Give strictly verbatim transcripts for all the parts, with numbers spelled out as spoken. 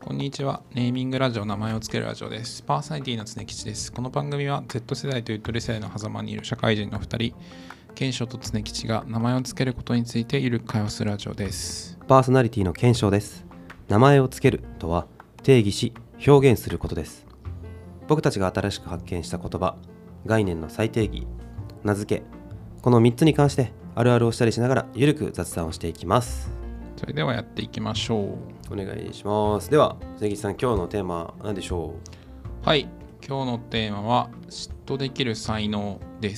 こんにちは。ネーミングラジオ、名前をつけるラジオです。パーソナリティの常吉です。この番組は Z 世代とゆとり世代の狭間にいる社会人のふたり、賢章と常吉が名前をつけることについてゆるく会話するラジオです。 パーソナリティの賢章です。名前をつけるとは定義し表現することです。僕たちが新しく発見した言葉、概念の再定義、名付け、このみっつに関してあるあるをしたりしながらゆるく雑談をしていきます。 それではやっていきましょう。 お願いします。では関木さん、今日のテーマは何でしょう？はい、今日のテーマは嫉妬できる才能です。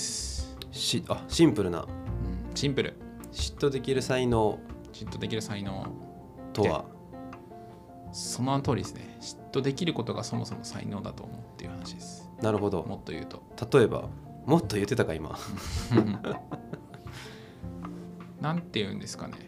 しあシンプルな、うん、 シンプル。 嫉妬できる才能嫉妬できる才能とはその通りですね。嫉妬できることがそもそも才能だと思うっていう話です。 なるほど。 もっと言うと、 例えばもっと言ってたか今なんて言うんですかね。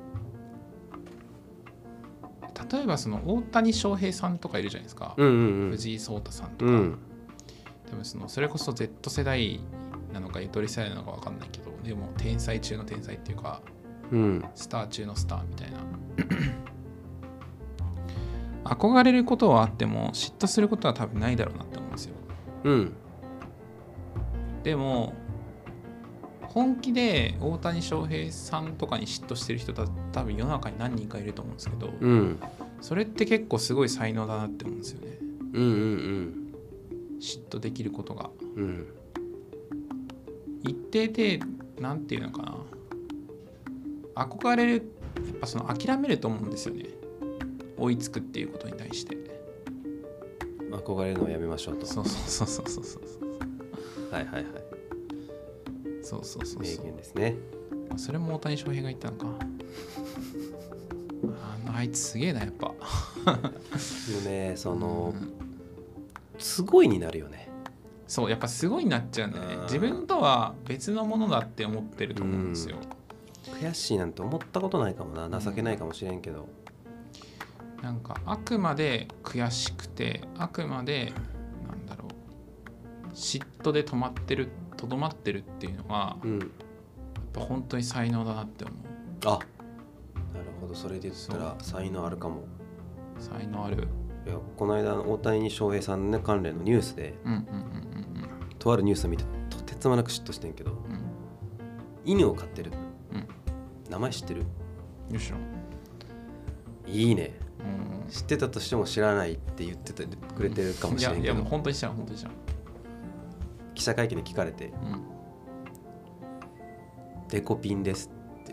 例えばその大谷翔平さんとかいるじゃないですか、 うんうんうん、 藤井聡太さんとか、うん、でもそのそれこそ Z 世代なのかゆとり世代なのか分かんないけど、でも天才中の天才っていうか、うん、スター中のスターみたいな憧れることはあっても嫉妬することは多分ないだろうなって思うんですよ、うん、でも本気で大谷翔平さんとかに嫉妬してる人は多分世の中に何人かいると思うんですけど、うん、それって結構すごい才能だなって思うんですよね、うんうんうん、嫉妬できることが、うん、一定でなんていうのかな、憧れる、やっぱその諦めると思うんですよね、追いつくっていうことに対して。 憧れるのをやめましょうと。 そうそうそうそうそうはいはいはい、 そうそうそうそう、 名言ですね。 それも大谷翔平が言ったのかあのあいつすげえなやっぱでもね、その、うん、すごいになるよね。 そう、やっぱすごいになっちゃうんだよね。自分とは別のものだって思ってると思うんですよ、 うん、悔しいなんて思ったことないかもな。情けないかもしれんけど、 うん、なんかあくまで悔しくて、あくまでなんだろう、嫉妬で止まってるとどまってるっていうのが、うん、やっぱ本当に才能だなって思う。 あ、なるほど。それで言ったら才能あるかも。 才能ある。 いや、この間の大谷翔平さんね関連のニュースで、うんうんうんうん、とあるニュースを見てとてつもなく嫉妬してんけど、うん、犬を飼ってる、うん、名前知ってる？ よしろ。 いいね、うん、知ってたとしても知らないって言っててくれてるかもしれんけど、 いやいやもう本当に知らん、本当に知らん。 記者会見で聞かれて、うん、デコピンですって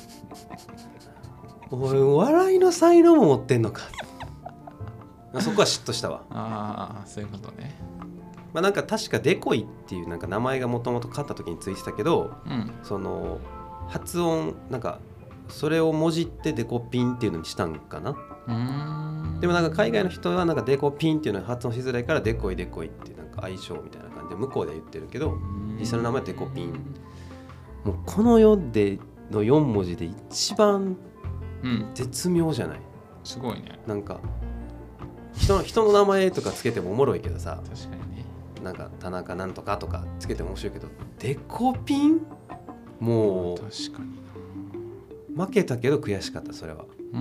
おい、笑いの才能も持ってんのかそこは嫉妬したわ。 ああ、そういうことね。 まあなんか確かデコイっていうなんか名前がもともと買った時についてたけど、うん、その発音なんかそれをもじってデコピンっていうのにしたんかな。うーん、でもなんか海外の人はなんかデコピンっていうのは発音しづらいからデコイデコイってなんか相性みたいな感じで向こうで言ってるけど、実際の名前はデコピン。もうこの世でのよん文字で一番絶妙じゃない？うん、 すごいね。 なんか人の、人の名前とかつけてもおもろいけどさ、 確かにね、 なんか田中なんとかとかつけても面白いけど、デコピンもう確かに負けたけど悔しかった。それは、うん、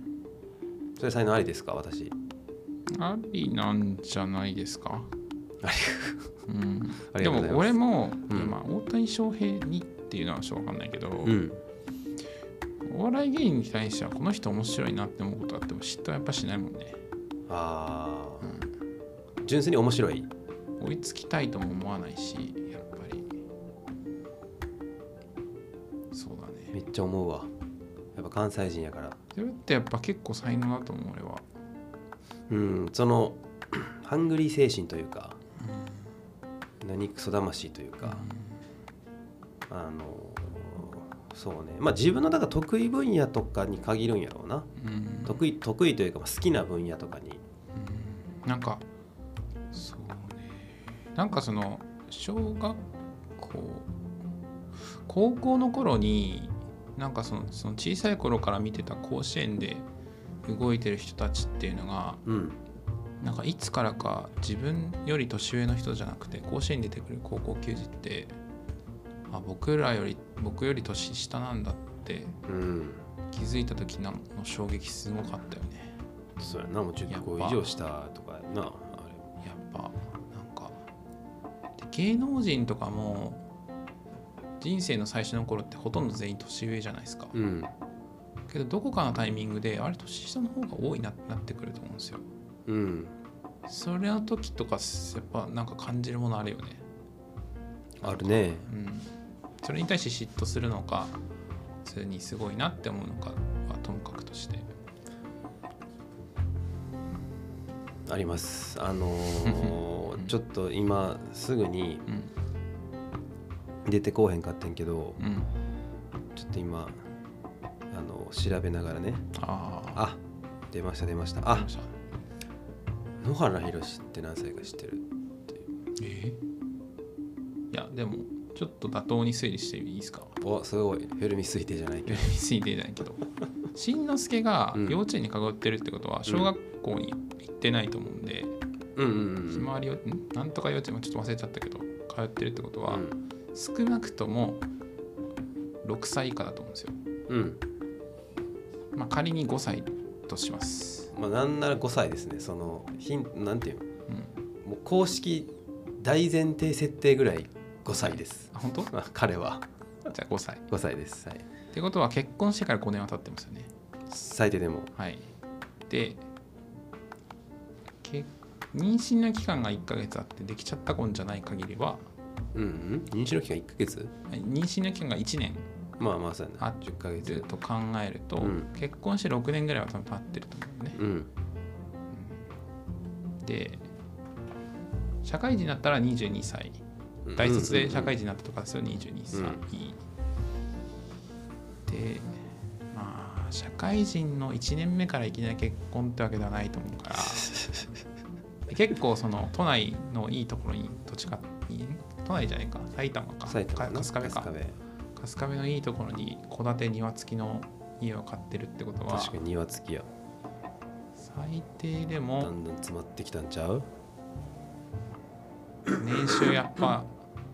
それ才能ありですか？私ありなんじゃないですか。 あり、うん、ありでがとうございます。 も俺も、 うん、 まあ、大谷翔平にっていうのはちょっと分かんないけど、うん、お笑い芸人に対してはこの人面白いなって思うことあっても嫉妬はやっぱしないもんね。 あ、うん、純粋に面白い。 追いつきたいとも思わないし、やっぱりそうだね。 めっちゃ思うわ。やっぱ関西人やから。 それってやっぱ結構才能だと思う俺は。 うん、そのハングリー精神というか、うん、何クソ魂というか、うん、あのそうね、まあ自分のだから得意分野とかに限るんやろうな、うん、得意得意というか好きな分野とかに、 うん、なんかそうね、なんかその小学校高校の頃になんかその、その小さい頃から見てた甲子園で動いてる人たちっていうのが、うん、なんかいつからか自分より年上の人じゃなくて甲子園に出てくる高校球児ってあ僕らより僕より年下なんだって気づいた時の衝撃すごかったよね。 そうやな、もうじゅっこ以上したとかやな。あれやっぱなんか芸能人とかも人生の最初の頃ってほとんど全員年上じゃないですか、うん、けどどこかのタイミングであれ年下の方が多いなってなってくると思うんですよ、うん、それの時とかやっぱなんか感じるものあるよね。 あるね、 うん、それに対して嫉妬するのか普通にすごいなって思うのかはともかくとしてあります。あのーうん、ちょっと今すぐに出てこうへんかったんけど、うん、ちょっと今あの調べながらね、ああ出ました出ましたあ野原ひろしって何歳か知ってるっていう。えー、いやでもちょっと妥当に推理していいですか。 おすごいフェルミ推定じゃないけどフェルミ推定じゃないけどしんのすけが幼稚園に通ってるってことは小学校に行ってないと思うんで、うんうんうん、ひまわりよなんとか幼稚園もちょっと忘れちゃったけど通ってるってことは、うん、少なくともろくさい以下だと思うんですよ、うんまあ、仮にごさいとします。 まあなんならごさいですね。そのヒンなんていうの、うん、もう公式大前提設定ぐらいごさいです。 本当？ 彼はじゃあごさいごさいです、はい、 ってことは結婚してからごねんは経ってますよね。 最低でも。 はい。で妊娠の期間がいっかげつあってできちゃった子んじゃない限りは、 うんうん、妊娠の期間いっかげつ？ 妊娠の期間がいちねんまあまあそうやな、 じゅっかげつと考えると、うん、結婚してろくねんぐらいは多分経ってると思うね、うんうん、で社会人になったらにじゅうにさい、大卒で社会人になったとかですよ、にじゅうにさい、うん、でまあ社会人のいちねんめからいきなり結婚ってわけではないと思うから結構その都内のいいところに土地か都内じゃないか埼玉か埼玉春日部か春日部のいいところに戸建て庭付きの家を買ってるってことは確かに庭付きや最低でもだんだん詰まってきたんちゃう？ 年収やっぱなな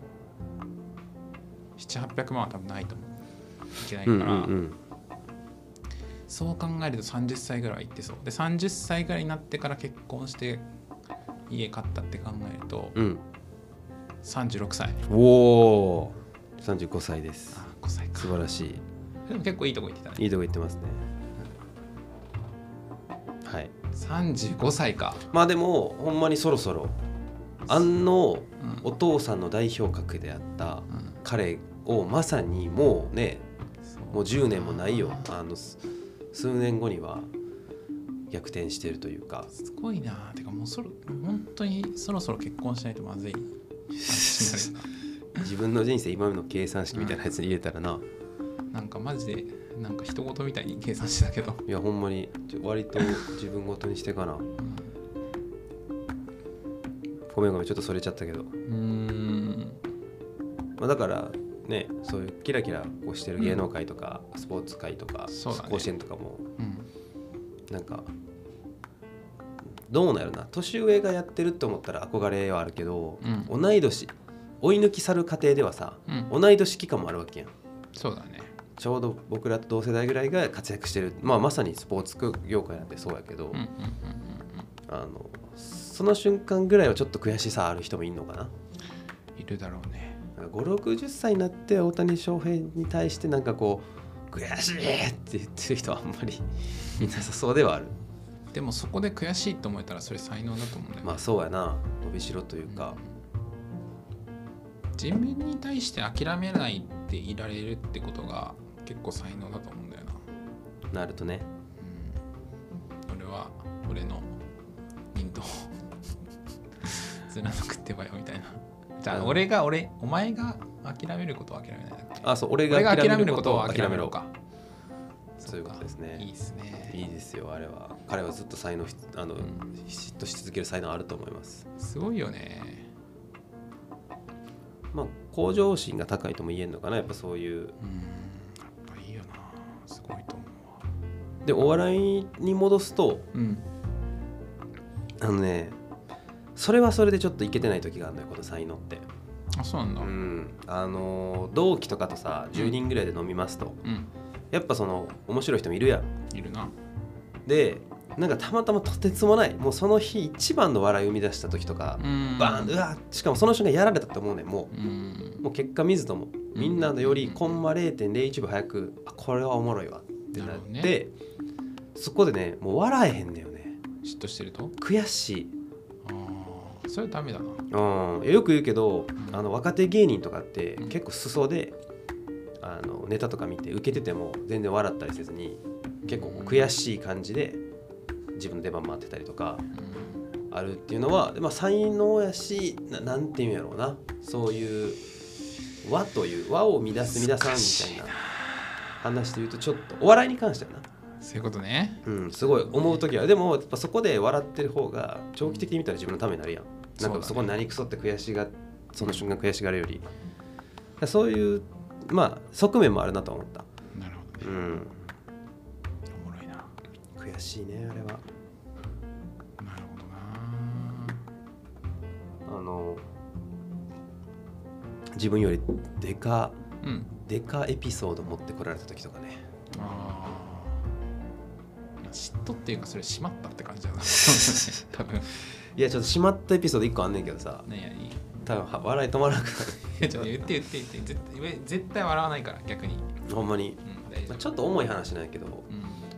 ひゃくはっぴゃくまんは多分ないと思ういけないから、うんうんうん、そう考えるとさんじゅっさいぐらいはいってそうでさんじゅっさいぐらいになってから結婚して家買ったって考えると、うん、さんじゅうろくさい。 おおさんじゅうごさいです。 あごさいか素晴らしい。 でも結構いいとこ行ってたね。 いいとこ行ってますね、うん、はいさんじゅうごさいか。 まあでもほんまにそろそろあのお父さんの代表格であった彼をまさにもうね、もうじゅうねんもないよ、あの数年後には逆転してるというか。 すごいな。てかもうそろ本当にそろそろ結婚しないとまずい話になるな自分の人生今の計算式みたいなやつに入れたらな、うん、 なんかマジでなんか人事みたいに計算してたけどいやほんまに割と自分ごとにしてかな、うん、ごめんごめんちょっとそれちゃったけどうーん、まあ、だからねそういうキラキラこうしてる芸能界とか、うん、スポーツ界とか、ね、甲子園とかも、うん、なんかどうなるな、年上がやってると思ったら憧れはあるけど、うん、同い年追い抜き去る過程ではさ、うん、同い年期間もあるわけやん。 そうだね。 ちょうど僕らと同世代ぐらいが活躍してる、まあ、まさにスポーツ業界なんてそうやけど、あのその瞬間ぐらいはちょっと悔しさある人もいるのかな。 いるだろうね。 ごじゅう、ろくじゅっさいになって大谷翔平に対してなんかこう悔しいって言ってる人はあんまりいなさそうではある。 でもそこで悔しいと思えたらそれ才能だと思うんだよね。 まあそうやな、伸びしろというか、 うん、自分に対して諦めないでいられるってことが結構才能だと思うんだよな。なるとね、 うん、俺は俺の人と貫くってばよみたいな。じゃあ俺が俺お前が諦めることを諦めないだけ。 あ、そう、俺が諦めることを諦めろか。 そういうことですね。いいですね。 いいですよ。あれは彼はずっと才能あの、うん、嫉妬し続ける才能あると思います。 すごいよね。 まあ向上心が高いとも言えるのかな。やっぱそういう。うん、やっぱいいよな。すごいと思うわ。でお笑いに戻すと、うん、あのね、それはそれでちょっといけてない時があるのよ、この才能って。 あ、そうなんだ。 うん、あの同期とかとさじゅうにんぐらいで飲みますと、うん、やっぱその面白い人もいるやん。 いるな。 でなんかたまたまとてつもないもうその日一番の笑いを生み出した時とか、うん、バーンうわしかもその瞬間やられたと思うねんもう、うん、もう結果見ずともみんなのよりコンマ れいてんれいいち 秒早くあこれはおもろいわってなって、ね、そこでねもう笑えへんねよね。 嫉妬してると悔しい。 あそれダメだな。 うんよく言うけど、うん、あの若手芸人とかって結構裾で、うん、あのネタとか見て受けてても全然笑ったりせずに結構悔しい感じで自分の出番回ってたりとかあるっていうのは、まあ、才能やし な, なんていうんやろうなそういう和という和を乱す乱さんみたいな話で言うとちょっとお笑いに関してはなそういうことね、 うん、すごい思う時はでもやっぱそこで笑ってる方が長期的に見たら自分のためになるやん。なんかそこに何くそって悔しがその瞬間悔しがるよりそういうまあ側面もあるなと思った。 なるほどね、うん、おもろいな。 悔しいねあれは。 なるほどな。あの自分よりでか、うん、でかエピソード持ってこられた時とかね。あ嫉妬っていうかそれしまったって感じだな多分。 いやちょっとしまったエピソードいっこあんねんけどさ、 ね、いい多分笑い止まらなくなる。 いやちょっと言って言って言って絶対絶対笑わないから逆に。 ほんまに、うんまあ、ちょっと重い話なんやけど、うん、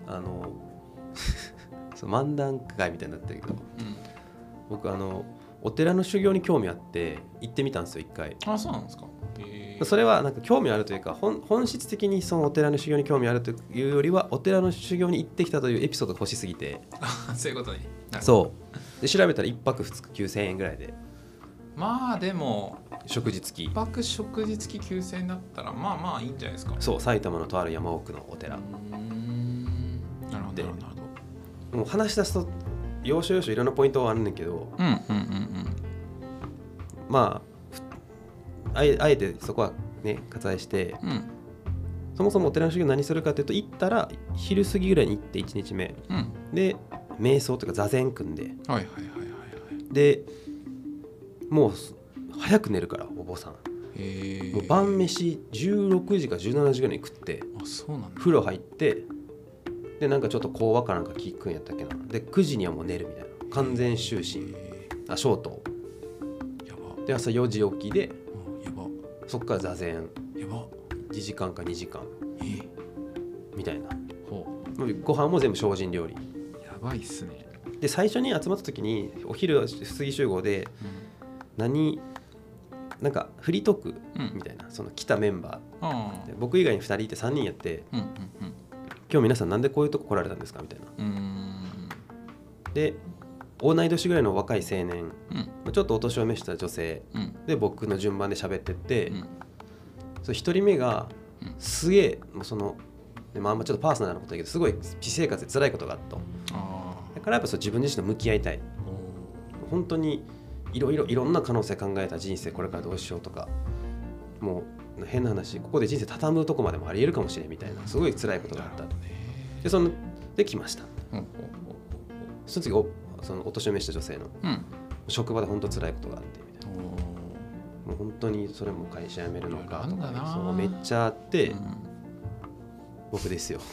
あのそう漫談会みたいになってるけど、うん、僕あのお寺の修行に興味あって行ってみたんですよ一回。 あそうなんですか。へそれはなんか興味あるというか 本, 本質的にそのお寺の修行に興味あるというよりはお寺の修行に行ってきたというエピソードが欲しすぎてそういうことね。 そうで調べたらいっぱくふつかきゅうせんえんぐらいでまあでも食事付きいっぱく食事付ききゅうせんえんだったらまあまあいいんじゃないですか。 そう埼玉のとある山奥のお寺。うーんなるほどなるほど。もう話し出すと要所要所いろんなポイントはあるんだけど、 うんうんうんうん、 まああえ、あえてそこはね割愛して、うん、そもそもお寺の修行何するかというと行ったら昼過ぎぐらいに行っていちにちめ、うん、で瞑想というか座禅組んで、はいはいはいはい、でもう早く寝るからお坊さん。へもう晩飯じゅうろくじかじゅうしちじぐらいに食ってあそうなんだ風呂入ってでなんかちょっと講話かなんか聞くんやったっけなでくじにはもう寝るみたいな完全就寝あショートやばで朝よじ起きでやばそっから座禅やばいちじかんかにじかんえみたいなほうご飯も全部精進料理やばいっすね。 で最初に集まった時にお昼過ぎ集合で、うん、何なんかフリートークみたいな、うん、その来たメンバーで僕以外にふたりいてさんにんやって、うんうんうん、今日皆さんなんでこういうとこ来られたんですかみたいなうーんで同い年ぐらいの若い青年、うん、ちょっとお年を召した女性、うん、で僕の順番で喋ってって、うん、そひとりめがすげえもうそので、まあ、あんまちょっとパーソナルなことだけどすごい私生活で辛いことがあったとあだからやっぱそう自分自身と向き合いたい本当にいろいろいろんな可能性考えた人生これからどうしようとかもう変な話ここで人生畳むとこまでもありえるかもしれんみたいなすごい辛いことがあったでそので来ました、うん、その次 お, そのお年を召した女性の、うん、職場で本当辛いことがあってみたいなもう本当にそれも会社辞めるのかとかそうめっちゃあって、うん、僕ですよ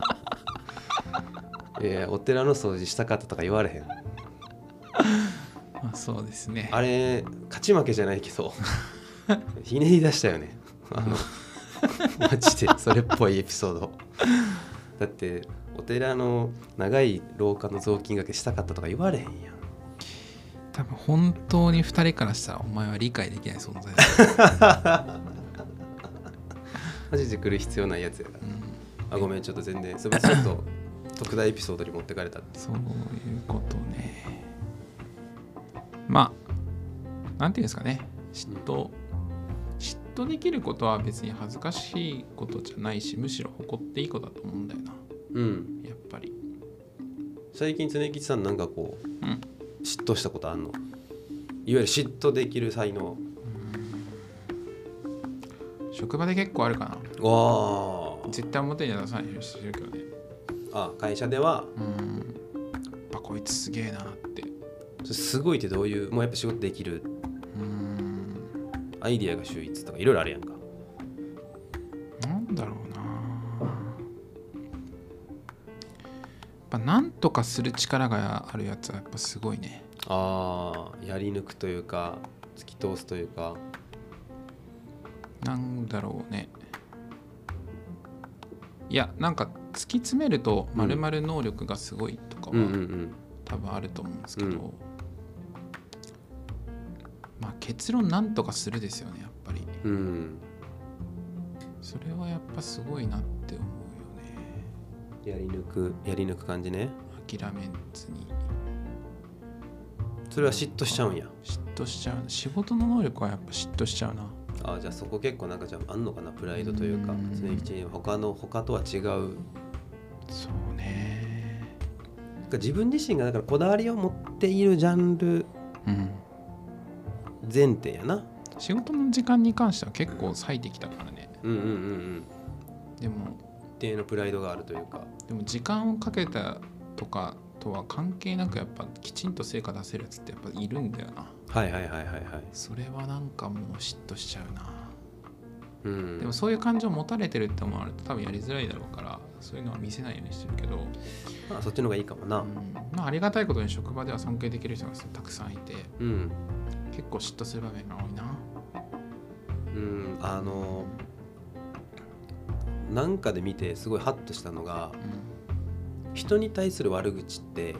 いやお寺の掃除したかったとか言われへんまあそうですねあれ勝ち負けじゃないけどひねり出したよねあのマジでそれっぽいエピソードだってお寺の長い廊下の雑巾がけしたかったとか言われへんやん。 多分本当にふたりからしたらお前は理解できない存在だマジで来る必要ないやつやから、うん、あごめんちょっと全然それちょっと特大エピソードに持ってかれたそういうことね。まあなんていうんですかね嫉妬、うん、嫉妬できることは別に恥ずかしいことじゃないしむしろ誇っていいことだと思うんだよな。うんやっぱり最近常吉さんなんかこう、うん、嫉妬したことあんのいわゆる嫉妬できる才能うん職場で結構あるかな。わ絶対表には出さないようにしてるけどね。 あ会社ではうんやっぱこいつすげえなってすごいってどういうもうやっぱ仕事できるうんアイディアが秀逸とかいろいろあるやんか。 なんだろうなぱなんとかする力があるやつはやっぱすごいね。 ああ、やり抜くというか突き通すというか、 なんだろうね。いやなんか突き詰めると丸々能力がすごいとかは、うんうんうん、多分あると思うんですけど、うん、まあ結論なんとかするですよねやっぱり、うん、それはやっぱすごいなって思うよね。やり抜くやり抜く感じね。 諦めずに。 それは嫉妬しちゃうんや。 嫉妬しちゃう。仕事の能力はやっぱ嫉妬しちゃうな。 ああ、じゃあそこ結構なんかじゃああんのかな、プライドというか、常吉他の他とは違う。 そうね。 自分自身がだからこだわりを持っているジャンル前提やな、うん、 仕事の時間に関しては結構割いてきたからね。うんうんうんうん。でも一定のプライドがあるというか。 でも時間をかけたとかとは関係なくやっぱきちんと成果出せるやつってやっぱいるんだよな。 はいはいはいはいはい。 それはなんかもう嫉妬しちゃうな。うん、でもそういう感情を持たれてるって思われると多分やりづらいだろうから、そういうのは見せないようにしてるけど、 まあそっちの方がいいかもな。うん、 まあありがたいことに職場では尊敬できる人がたくさんいて、うん、結構嫉妬する場面が多いな。 うん、あのなんかで見てすごいハッとしたのが、うん、人に対する悪口って、うん、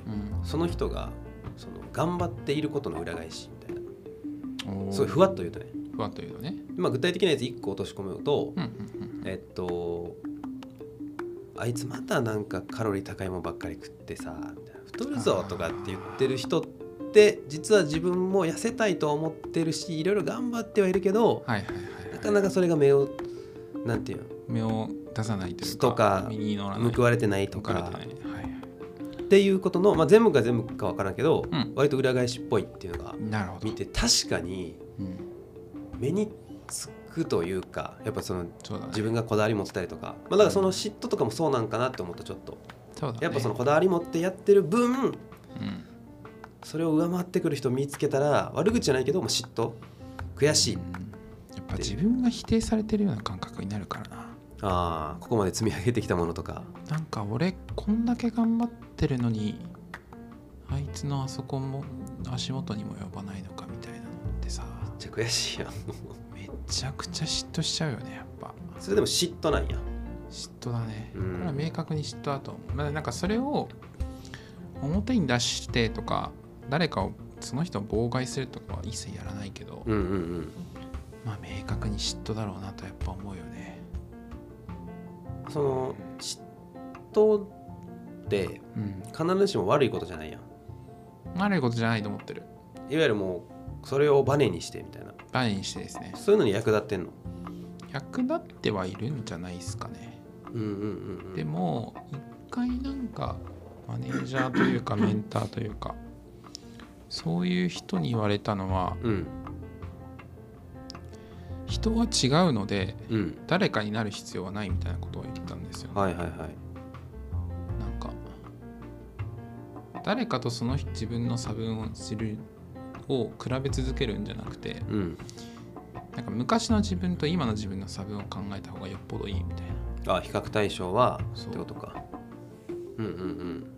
その人がその頑張っていることの裏返しみたいな、すごいふわっと言うとね。 ふわっと言うとね。 まあ具体的なやついっこ落とし込むと、うんうんうん、えっとあいつまたなんかカロリー高いもんばっかり食ってさみたいな、太るぞとかって言ってる人って実は自分も痩せたいと思ってるしいろいろ頑張ってはいるけど、はいはいはいはい、なかなかそれが目をなんていうの目を出さないというかとか報われてないとか、はいはい、っていうことの、まあ、全部が全部か分からんけど、うん、割と裏返しっぽいっていうのが見て確かに目につくというか、やっぱそのそ、ね、自分がこだわり持ってたりとか、まあ、だからその嫉妬とかもそうなんかなって思うとちょっとそうだ、ね、やっぱそのこだわり持ってやってる分、うん、それを上回ってくる人を見つけたら悪口じゃないけども嫉妬悔しい、うん、 やっぱ自分が否定されてるような感覚になるからな。 ああ、ここまで積み上げてきたものとか、 なんか俺こんだけ頑張ってるのにあいつのあそこも足元にも及ばないのかみたいなのってさ、 めっちゃ悔しいやんめちゃくちゃ嫉妬しちゃうよねやっぱ。 それでも嫉妬なんや。 嫉妬だね、うん、これは明確に嫉妬だと思う。まあ、なんかそれを表に出してとか誰かをその人を妨害するとかは一切やらないけど、うんうんうん、まあ明確に嫉妬だろうなとやっぱ思うよね。 その嫉妬って必ずしも悪いことじゃないやん、 うん、悪いことじゃないと思ってる。 いわゆるもうそれをバネにしてみたいな、 バネにしてですね、 そういうのに役立ってんの？ 役立ってはいるんじゃないですかね、うんうんうんうん、でも一回なんかマネージャーというかメンターというかそういう人に言われたのは、うん、人は違うので、うん、誰かになる必要はないみたいなことを言ったんですよ、ね、はいはいはい。なんか誰かとその自分の差分を知るを比べ続けるんじゃなくて、うん、なんか昔の自分と今の自分の差分を考えた方がよっぽどいいみたいな。あ、比較対象はってことか。うんうんうん。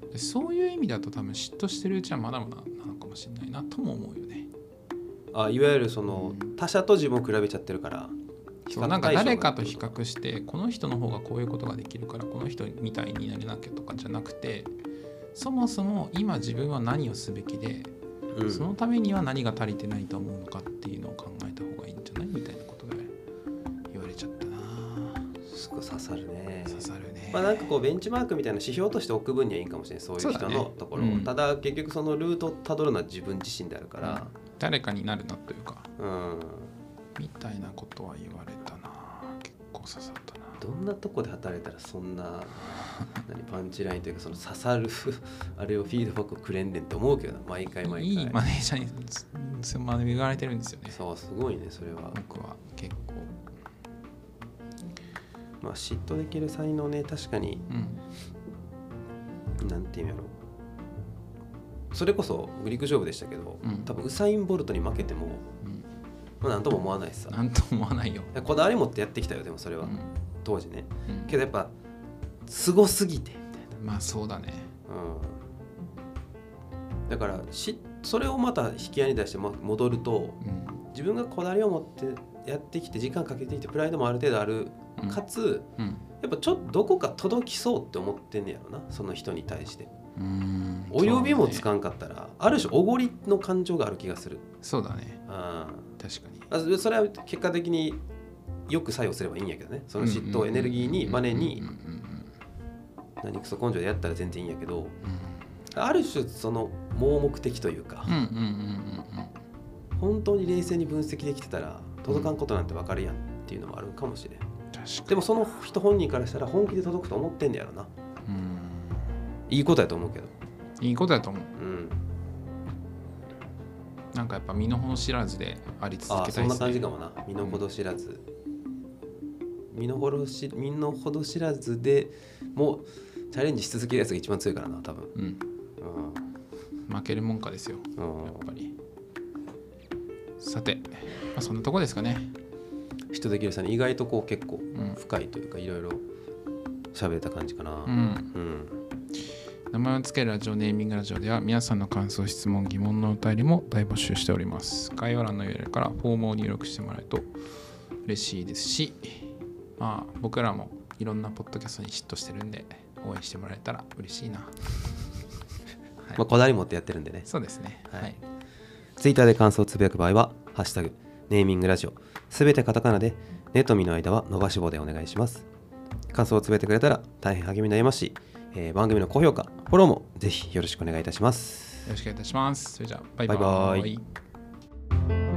でそういう意味だと多分嫉妬してるうちはまだまだなのかもしれないなとも思うよね。 あ、いわゆるその、うん、他者と自分を比べちゃってるから。 そう、なんか誰かと比較してこの人の方がこういうことができるからこの人みたいになれなきゃとかじゃなくて、そもそも今自分は何をすべきで、うん、そのためには何が足りてないと思うのかっていうのを考えた方がいいんじゃないみたいなことで言われちゃったな。 すごい刺さるね。 刺さるね。 まあなんかこうベンチマークみたいな指標として置く分にはいいかもしれない、そういう人のところを、ね、うん、ただ結局そのルートをたどるのは自分自身であるから、うん、 誰かになるなというか、うん、みたいなことは言われたな。結構刺さったな。 どんなとこで働いたらそんな何パンチラインというかその刺さるあれをフィードバックをくれんねんって思うけどな、毎回毎回。 いいマネージャーにその言われてるんですよね。 そう、すごいねそれは。 僕は結構まあ嫉妬できる才能ね、確かに、うん、なんていうんやろ、それこそ陸上部でしたけど、うん、多分ウサイン・ボルトに負けても、うん、まあなんとも思わないしさ。 なんとも思わないよ。 こだわり持ってやってきたよ、でもそれは、うん、当時ね、うん、けどやっぱすごすぎてみたいな。 まあそうだね。 ううん、だからしそれをまた引き合いに出して戻ると、うん、自分がこだわりを持ってやってきて時間かけていてプライドもある程度ある、うん、かつ、うん、やっぱちょっとどこか届きそうって思ってんねやろな、その人に対して。うーん、お呼びもつかんかったら、ね、ある種おごりの感情がある気がする。 そうだね、あ確かに。それは結果的によく作用すればいいんやけどね、その嫉妬をエネルギーにバネに何クソ根性でやったら全然いいんやけど、うん、ある種その盲目的というか、本当に冷静に分析できてたら届かんことなんて分かるやんっていうのもあるかもしれん。確かに。でもその人本人からしたら本気で届くと思ってんねやろな。うんいいことやと思うけど。 いいことやと思う。うん。なんかやっぱ身の程知らずであり続けたいですね。 あ、そんな感じかもな。身の程知らず。うん、身の程し身の程知らずでもうチャレンジし続けるやつが一番強いからな、多分。うん。 うん、負けるもんかですよ。うん、やっぱり。さて、まあ、そんなとこですかね。 人できるさん意外とこう結構深いというか、いろいろ喋れた感じかな。うん。うん名前をつけるラジオネーミングラジオでは皆さんの感想、質問、疑問のお便りも大募集しております。概要欄の ユーアールエル からフォームを入力してもらえると嬉しいですし、まあ僕らもいろんなポッドキャストに嫉妬してるんで応援してもらえたら嬉しいな。はい、 まあこだわり持ってやってるんでね。 そうですね。はい。 ツイッターで感想をつぶやく場合はハッシュタグネーミングラジオすべてカタカナでネとミの間は伸ばし棒でお願いします。感想をつぶやいてくれたら大変励みになりますし、えー、番組の高評価、フォローもぜひよろしくお願いいたします。 よろしくお願いいたします。それじゃあバイバイ。バイバイ。